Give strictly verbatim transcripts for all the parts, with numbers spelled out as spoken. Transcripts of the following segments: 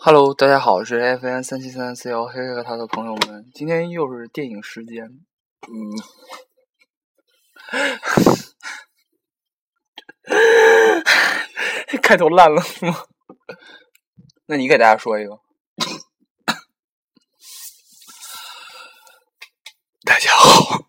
Hello， 大家好，我是 F N 三七三四幺黑黑和他的朋友们，今天又是电影时间。嗯，开头烂了是吗？那你给大家说一个。大家好，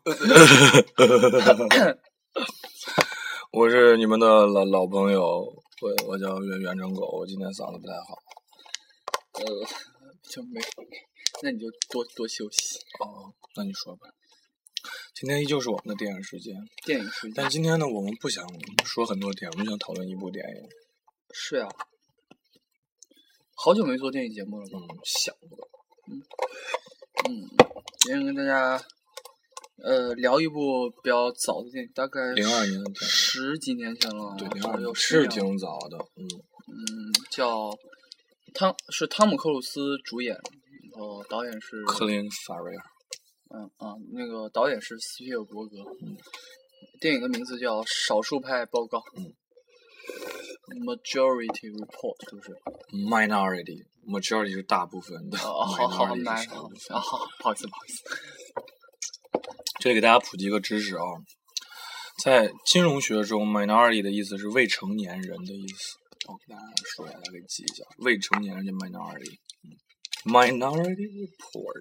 我是你们的老老朋友，我我叫袁袁成狗，我今天嗓子不太好。 呃，就没，那你就多多休息。 哦，那你说吧。今天依旧是我们的电影时间， 电影时间。 但今天呢，我们不想说很多电影，我们想讨论一部电影。 是呀、啊，好久没做电影节目了吧？ 嗯，想过。 嗯嗯，今天跟大家呃聊一部比较早的电影，大概零二年的电影， 十几年前了。 对，零二年是挺早的。嗯嗯，叫汤是汤姆克鲁斯主演，然后导演是科林法瑞尔。 嗯啊，那个导演是斯皮尔伯格。 嗯， 电影的名字叫《少数派报告》。 嗯 ，Majority Report 是不是 ？Minority majority 是大部分的。 哦，好好好， 难啊，好，不好意思，不好意思。 这里给大家普及一个知识啊，在金融学中 ，minority 的意思是未成年人的意思。我给大家说一下，大家可以记一下，未成年人叫 minority。Minority Report。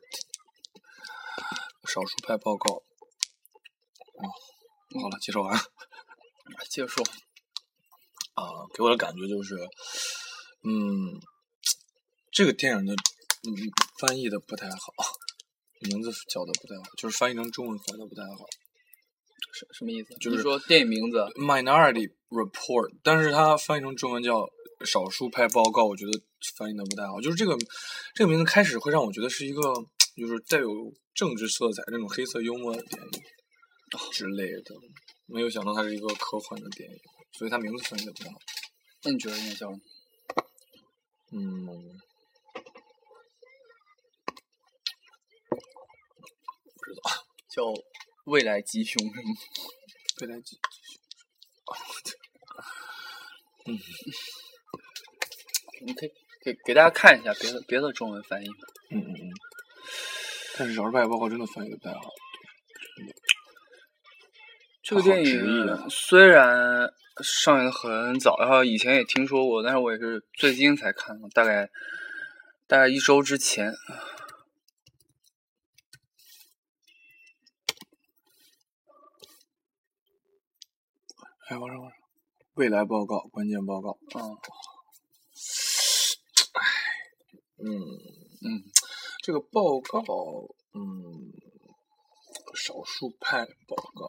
少数派报告。哦，好了，介绍完。 接着说。 啊、呃，给我的感觉就是，嗯，这个电影的嗯翻译的不太好，名字叫的不太好，就是翻译成中文翻的不太好。 什什么意思？ 就是你说电影名字 Minority Report， 但是它翻译成中文叫少数派报告，我觉得翻译的不太好。就是这个这个名字开始会让我觉得是一个就是带有政治色彩那种黑色幽默的电影之类的，没有想到它是一个科幻的电影，所以它名字翻译的不太好。 那你觉得应该叫什么？ 嗯，不知道， 叫未来吉凶是吗？ 未来吉凶。嗯， 你可以给给大家看一下别的别的中文翻译。 嗯嗯嗯。但是《少数派报告》真的翻译的不太好。 这个电影虽然上映的很早，然后以前也听说过，但是我也是最近才看的，大概大概一周之前。 哎，往上往上，未来报告，关键报告。 嗯， 哎，嗯嗯， 这个报告，嗯，少数派报告，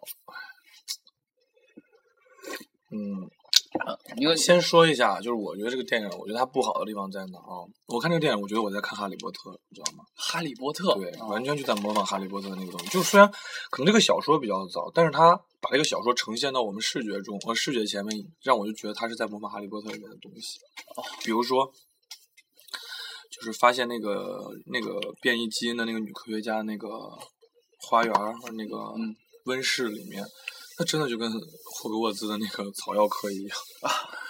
嗯。 啊，你先说一下，就是我觉得这个电影，我觉得它不好的地方在哪啊？我看这个电影，我觉得我在看《哈利波特》，你知道吗？ 哈利波特， 对， 啊、 完全就在模仿《哈利波特》的那个东西。就是虽然可能这个小说比较早，但是他把这个小说呈现到我们视觉中，呃，视觉前面，让我就觉得他是在模仿《哈利波特》里面的东西。 哦， 比如说，就是发现那个那个变异基因的那个女科学家那个花园或者那个温室里面。那真的就跟霍格沃兹的那个草药课一样啊，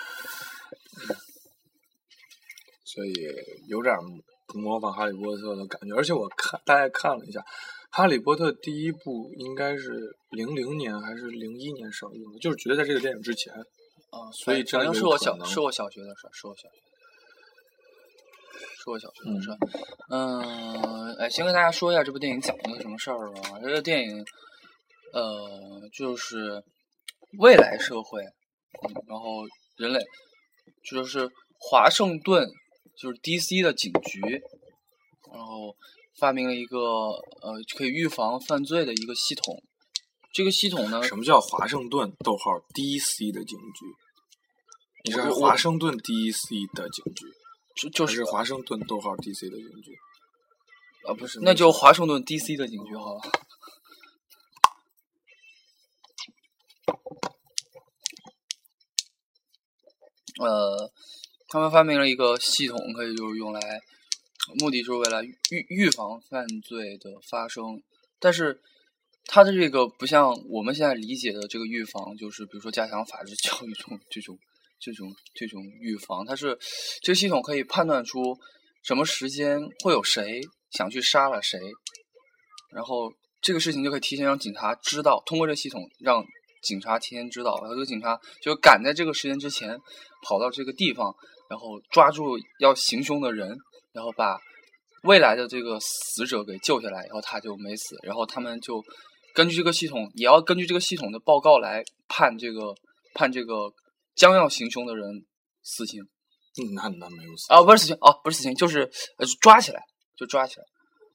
所以有点模仿哈利波特的感觉。而且我看大概看了一下，哈利波特第一部应该是零零年还是零一年上映的，就是绝对在这个电影之前啊， 所以真的是我小是我小学的事，是我小学，是我小学的事。嗯，嗯，哎，先跟大家说一下这部电影讲的什么事儿吧。这个电影。呃，就是未来社会，嗯，然后人类就是华盛顿，就是 D C 的警局，然后发明了一个呃可以预防犯罪的一个系统。这个系统呢， 什么叫华盛顿逗号 D C 的警局？你是华盛顿 D C 的警局， 就就是华盛顿逗号 D C 的警局啊，不是，那就华盛顿 D C 的警局好了。呃，他们发明了一个系统，可以就是用来，目的就是为了预预防犯罪的发生。但是，它的这个不像我们现在理解的这个预防，就是比如说加强法治教育中这种这种这种预防，它是这个系统可以判断出什么时间会有谁想去杀了谁，然后这个事情就可以提前让警察知道，通过这个系统让警察提前知道，然后这个警察就赶在这个时间之前跑到这个地方，然后抓住要行凶的人，然后把未来的这个死者给救下来，然后他就没死，然后他们就根据这个系统，也要根据这个系统的报告来判这个判这个将要行凶的人死刑。 嗯，那那没有死啊，不是死刑，哦，不是死刑，就是呃抓起来，就抓起来，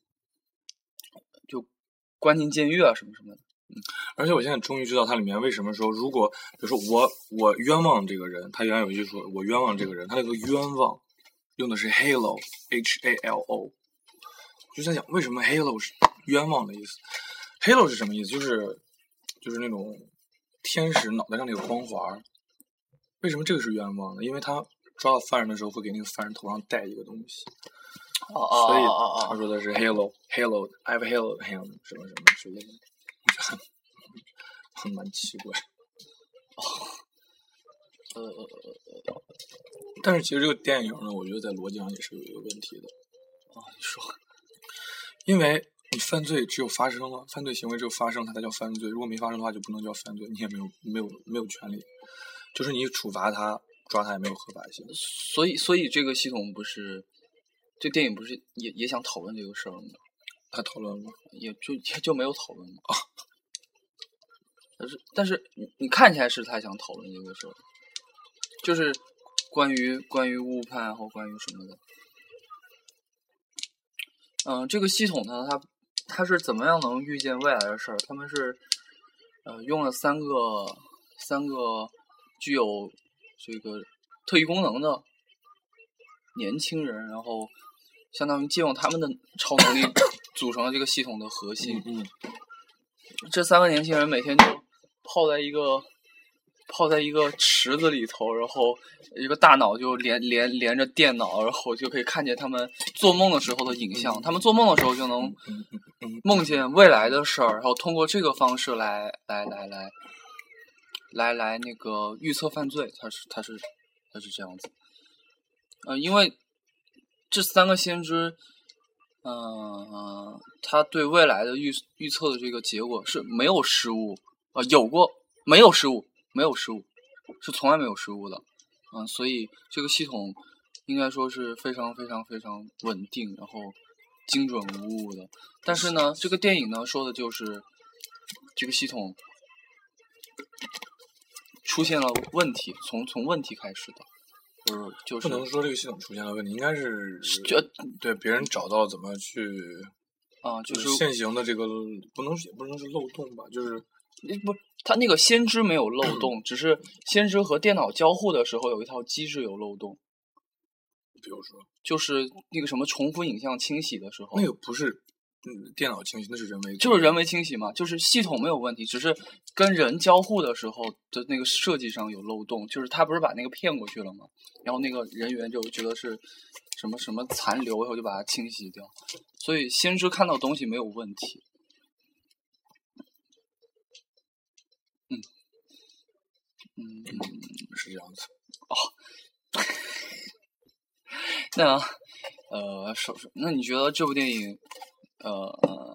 就关进监狱啊什么什么的。嗯， 而且我现在终于知道它里面为什么说，如果比如说我我冤枉这个人，他原来有一句说我冤枉这个人，他那个冤枉用的是 halo H A L O， 我就在想为什么 halo 是冤枉的意思。halo 是什么意思？就是就是那种天使脑袋上那个光环。为什么这个是冤枉呢？因为他抓到犯人的时候会给那个犯人头上戴一个东西。 哦哦所以哦他说的是 halo halo I've halo him 什么什么之类的，很很蛮奇怪。 哦，呃呃呃， 但是其实这个电影呢，我觉得在逻辑上也是有一个问题的。 哦，你说， 因为你犯罪只有发生了，犯罪行为只有发生它才叫犯罪，如果没发生的话就不能叫犯罪，你也没有没有没有权利，就是你处罚他抓他也没有合法性。 所以所以这个系统不是，这电影不是也也想讨论这个事儿吗？ 他讨论吗？ 也就就没有讨论吗？啊，但是但是你你看起来是他想讨论这个事儿，就是关于关于误判或关于什么的。嗯、呃，这个系统呢，它它是怎么样能预见未来的事儿？他们是呃用了三个三个具有这个特异功能的年轻人，然后相当于借用他们的超能力组成了这个系统的核心。 嗯， 这三个年轻人每天就泡在一个泡在一个池子里头，然后一个大脑就连连连着电脑，然后就可以看见他们做梦的时候的影像。他们做梦的时候就能梦见未来的事儿，然后通过这个方式来来来来来来那个预测犯罪。他是他是他是这样子。呃，因为这三个先知，嗯、呃，他对未来的预预测的这个结果是没有失误，呃，有过没有失误，没有失误，是从来没有失误的，嗯、呃，所以这个系统应该说是非常非常非常稳定，然后精准无误的。但是呢，这个电影呢说的就是这个系统出现了问题，从从问题开始的。就是就是不能说这个系统出现了问题，应该是就对别人找到怎么去啊，就是现行的这个不能也不能是漏洞吧，就是不，他那个先知没有漏洞，只是先知和电脑交互的时候有一套机制有漏洞。 比如说， 就是那个什么重复影像清洗的时候， 那个不是嗯电脑清洗，那是人为， 就是人为清洗嘛，就是系统没有问题，只是跟人交互的时候的那个设计上有漏洞，就是他不是把那个骗过去了吗？然后那个人员就觉得是什么什么残留，然后就把它清洗掉，所以先知看到东西没有问题。嗯嗯， 是这样子。 哦，那呃，首先，那你觉得这部电影，呃，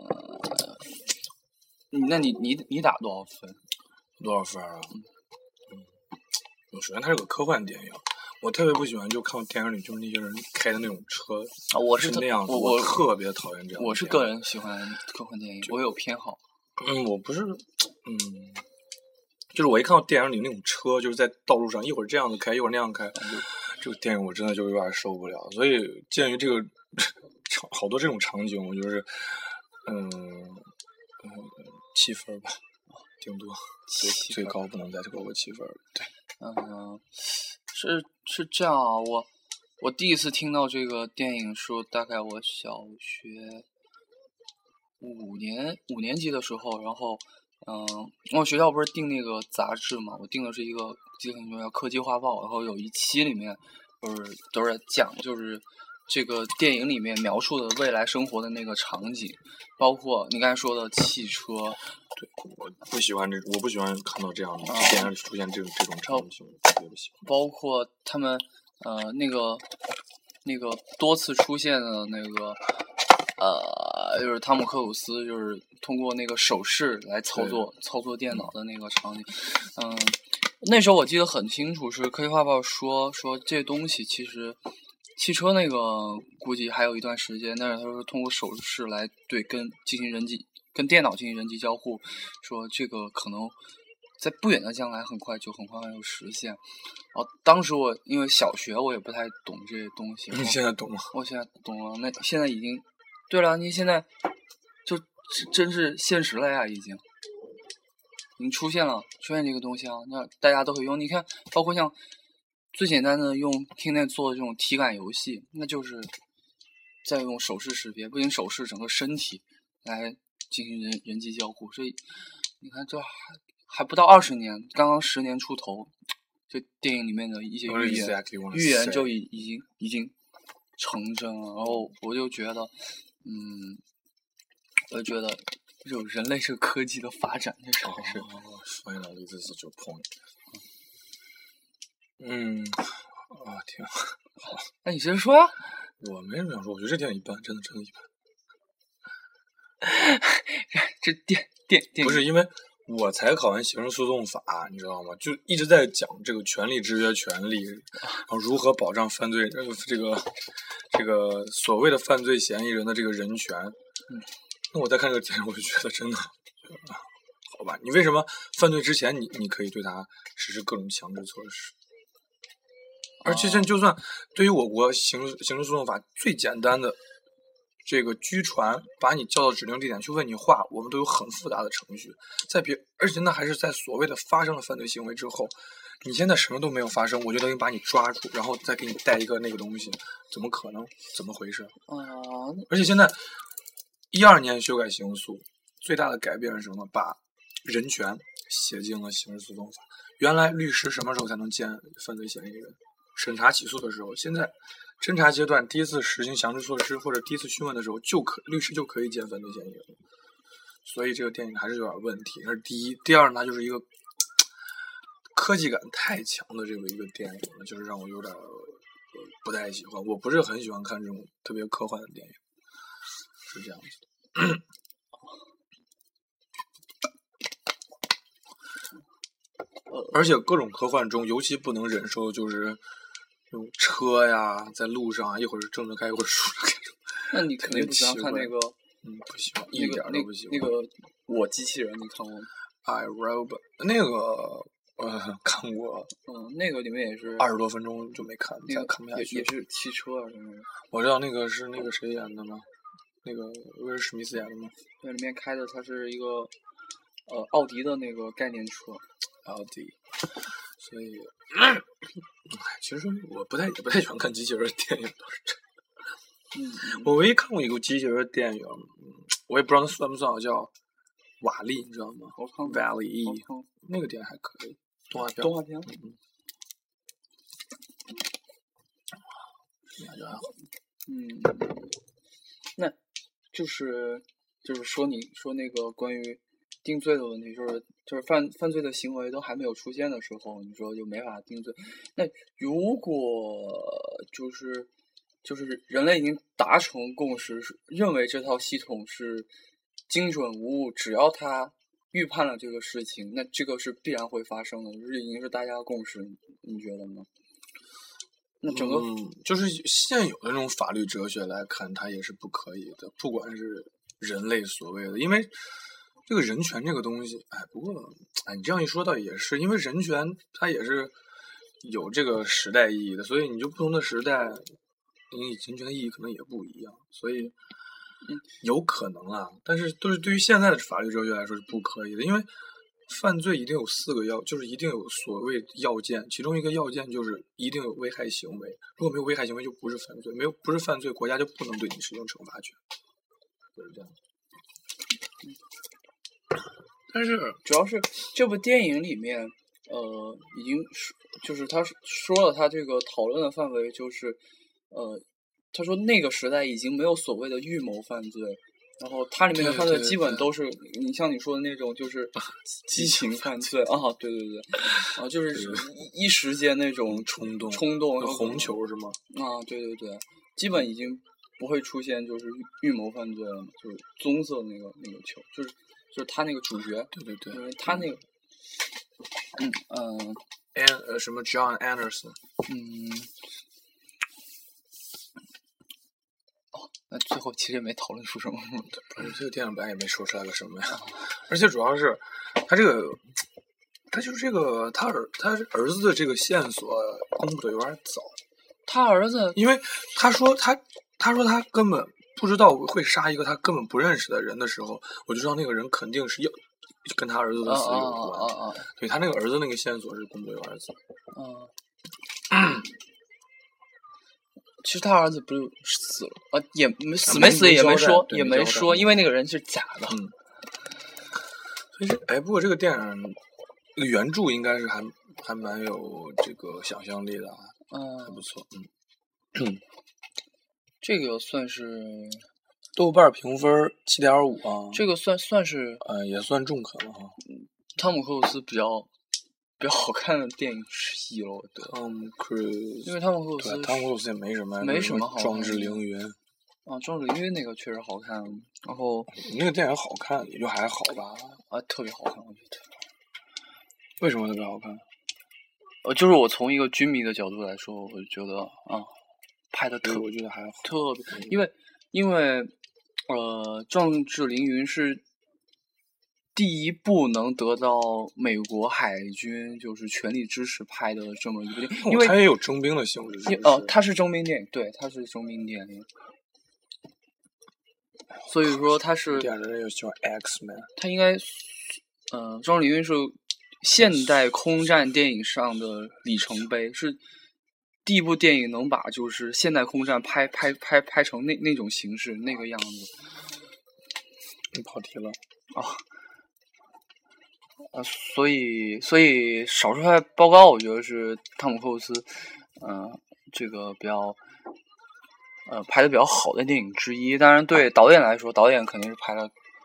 那你你你打多少分？ 多少分啊？嗯，首先它是个科幻电影，我特别不喜欢就看电影里就是那些人开的那种车啊，我是那样子， 我我特别讨厌这样。 我是个人喜欢科幻电影，我有偏好。 嗯，我不是，嗯，就是我一看到电影里那种车，就是在道路上一会儿这样子开，一会儿那样开，这个电影我真的就有点受不了。所以鉴于这个场好多这种场景，我就是嗯嗯七分吧，顶多最最高不能再超过七分。对， 嗯，是是这样啊，我我第一次听到这个电影是大概我小学五年五年级的时候，然后嗯，我学校不是订那个杂志嘛，我订的是一个记得很重要科技画报，然后有一期里面就是都是讲就是这个电影里面描述的未来生活的那个场景，包括你刚才说的汽车。 对，我不喜欢这，我不喜欢看到这样的、 啊、 电影里出现这种这种场景，特别不喜欢。 包括他们呃那个那个多次出现的那个呃，就是汤姆克鲁斯就是通过那个手势来操作操作电脑的那个场景，嗯，那时候我记得很清楚，是科技画报说说这东西其实汽车那个估计还有一段时间，但是他说通过手势来对跟进行人机跟电脑进行人机交互，说这个可能在不远的将来很快就很快就实现。然后当时我因为小学我也不太懂这些东西， 你现在懂吗？ 我现在懂了，那现在已经对了，你现在就真是现实了呀，已经已经出现了出现这个东西啊，那大家都会用。你看，包括像最简单的用 Kinect 做的这种体感游戏，那就是在用手势识别，不仅手势，整个身体来进行人人机交互。所以你看，这还还不到二十年，刚刚十年出头，这电影里面的一些预言， exactly 预言就已已经已经成真了。然后我就觉得，嗯，我就觉得，就人类这个科技的发展，这是还是。 Finally, this is your point. 嗯，啊天，好， 那你接着说呀。 我没什么想说，我觉得这电影一般，真的真的一般。 这电电电不是因为我才考完刑事诉讼法，你知道吗？就一直在讲这个权利制约权利，然后如何保障犯罪呃这个这个所谓的犯罪嫌疑人的这个人权。 嗯， 那我再看这个电影，我就觉得真的，好吧？你为什么犯罪之前你你可以对他实施各种强制措施？而且就算对于我国刑刑事诉讼法最简单的这个拘传，把你叫到指定地点去问你话，我们都有很复杂的程序。在别，而且那还是在所谓的发生了犯罪行为之后，你现在什么都没有发生，我就等于把你抓住，然后再给你带一个那个东西，怎么可能？怎么回事？ 啊、呃！ 而且现在一二年修改刑诉，最大的改变是什么？把人权写进了刑事诉讼法。原来律师什么时候才能见犯罪嫌疑人？审查起诉的时候，现在侦查阶段第一次实行强制措施或者第一次讯问的时候，就可律师就可以见犯罪嫌疑人。所以这个电影还是有点问题，这是第一。第二呢，就是一个科技感太强的这个一个电影了，就是让我有点不太喜欢。我不是很喜欢看这种特别科幻的电影，是这样子的。而且各种科幻中，尤其不能忍受就是这种车呀，在路上啊，一会儿是正着开，一会儿竖着开。 那你肯定不喜欢看那个， 嗯，不喜欢，一点都不喜欢。 那个我机器人，你看过吗 ？I Robot 那个呃看过， 嗯，那个里面也是二十多分钟就没看， 那个看不下去。 也是汽车啊什么的。 我知道那个是那个谁演的吗？那个威尔史密斯演的吗？ 那里面开的它是一个呃奥迪的那个概念车。 奥迪，所以，其实我不太不太喜欢看机器人电影，都是这样。 嗯， 我唯一看过一个机器人电影，我也不知道那算不算，叫瓦力，你知道吗？ 我看 Valley， 那个电影还可以，动画片。 动画片。 嗯。感觉还好。 嗯，那就是就是说你说那个关于定罪的问题，就是就是犯犯罪的行为都还没有出现的时候，你说就没法定罪。那如果就是就是人类已经达成共识，认为这套系统是精准无误，只要他预判了这个事情，那这个是必然会发生的，这已经是大家的共识，你觉得吗？那整个、 嗯、就是现有的那种法律哲学来看，它也是不可以的，不管是人类所谓的，因为这个人权这个东西，哎，不过，哎，你这样一说倒也是，因为人权它也是有这个时代意义的，所以你就不同的时代，你人权的意义可能也不一样，所以有可能啊，但是都是对于现在的法律哲学来说是不可以的，因为犯罪一定有四个要，就是一定有所谓要件，其中一个要件就是一定有危害行为，如果没有危害行为就不是犯罪，没有不是犯罪，国家就不能对你使用惩罚权，就是这样。 但是主要是这部电影里面，呃，已经就是他说了，他这个讨论的范围就是，呃，他说那个时代已经没有所谓的预谋犯罪，然后它里面的犯罪基本都是你像你说的那种就是激情犯罪啊，对对对，啊，就是一时间那种冲动冲动红球是吗？ 啊，对对对， 基本已经不会出现就是预谋犯罪了嘛，就是棕色那个那个球，就是就是他那个主角， 对对对， 因为他那个，嗯嗯， 安呃什么 John Anderson， 嗯，哦，那最后其实也没讨论出什么， 不是这个电影本来也没说出来个什么呀，而且主要是他这个。他就是这个，他儿他儿子的这个线索公布的有点早。 他儿子， 因为他说他他说他根本不知道会杀一个他根本不认识的人的时候，我就知道那个人肯定是要跟他儿子的死有关。 啊啊啊！ 对他那个儿子那个线索是公布的有点早。 嗯。其实他儿子不是死了啊，也没死没死也没说，也没说，因为那个人是假的。 嗯。所以这哎，不过这个电影。原著应该是还还蛮有这个想象力的啊， 嗯， 还不错，嗯， 这个算是豆瓣评分七点五啊， 这个算算是呃也算中肯了哈。 汤姆克鲁斯比较比较好看的电影之一了，我觉得。 汤姆克鲁斯， 因为汤姆克鲁斯， 汤姆克鲁斯也没什么， 没什么好看。 壮志凌云啊，壮志凌云那个确实好看，然后那个电影好看，也就还好吧。 啊，特别好看，我觉得。 为什么特别好看？ 呃，就是我从一个军迷的角度来说，我就觉得啊，拍的特， 我觉得还好， 特别，因为因为呃，《壮志凌云》是第一部能得到美国海军就是全力支持拍的这么一部电影，因为它也有征兵的性质。 因哦，它是征兵电影，对，它是征兵电影，所以说它是。 电影人又喜欢 X-Men， 它应该，呃，《壮志凌云》是。现代空战电影上的里程碑，是第一部电影能把就是现代空战拍拍拍拍成那那种形式那个样子。 你跑题了啊，呃，所以所以少数派报告，我觉得是汤姆克鲁斯，嗯、呃，这个比较呃拍的比较好的电影之一。当然，对导演来说，导演肯定是拍了，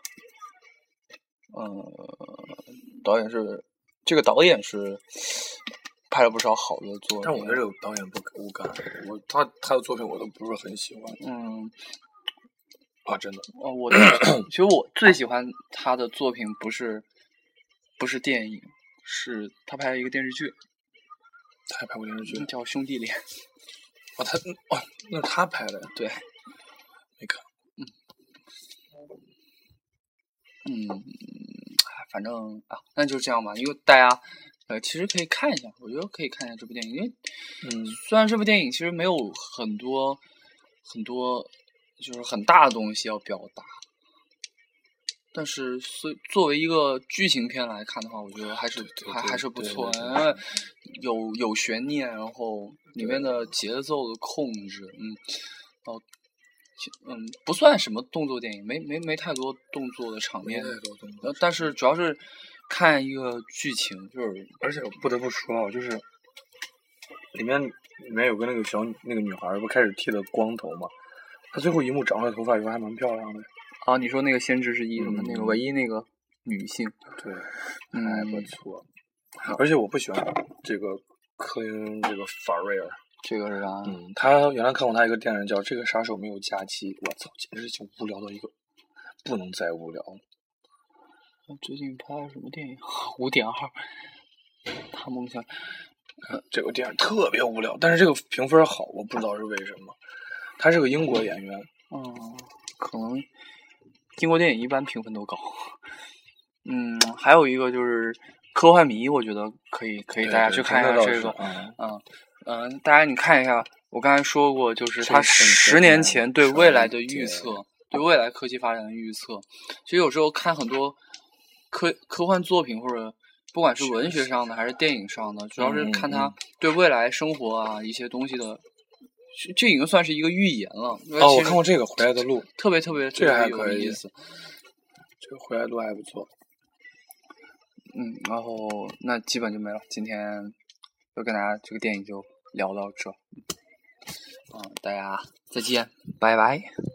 呃，导演是。这个导演是拍了不少好的作品， 但我对这个导演不无感，我他他的作品我都不是很喜欢。 嗯， 啊，真的。 哦，我其实我最喜欢他的作品不是不是电影，是他拍了一个电视剧。 他还拍过电视剧， 叫《兄弟连》。 哦，他哦，那是他拍的呀？ 对， 没看。 嗯嗯。反正啊，那就这样吧。因为大家，呃，其实可以看一下，我觉得可以看一下这部电影。因为， 嗯， 虽然这部电影其实没有很多很多，就是很大的东西要表达，但是作作为一个剧情片来看的话，我觉得还是还还是不错的。因为有有悬念，然后里面的节奏的控制，嗯，哦。嗯，不算什么动作电影，没没没太多动作的场面，呃，但是主要是看一个剧情，就是， 而且我不得不说啊，就是里面里面有个那个小那个女孩不开始剃的光头嘛，她最后一幕长出来头发以后还蛮漂亮的。 啊，你说那个先知之一什么、嗯、那个唯一那个女性， 对， 嗯、 还不错。而且我不喜欢这个科林这个法瑞尔。 这个是啥？ 嗯，他原来看过他一个电影叫《这个杀手没有假期》，我操，简直就无聊到一个不能再无聊了。 最近拍了什么电影？五点二，他梦想。 嗯，这个电影特别无聊，但是这个评分好，我不知道是为什么。他是个英国演员。 嗯，可能英国电影一般评分都高。嗯，还有一个就是科幻迷，我觉得可以可以大家去看一下这个。嗯。嗯嗯，大家你看一下，我刚才说过，就是他十年前对未来的预测，对未来科技发展的预测。其实有时候看很多科科幻作品，或者不管是文学上的还是电影上的，主要是看他对未来生活啊一些东西的，这已经算是一个预言了。 哦，我看过这个《回来的路》， 特别特别这个还可以， 有意思。 这个《回来的路》还不错。 嗯，然后那基本就没了。今天就跟大家这个电影就聊到这，嗯，大家再见，拜拜。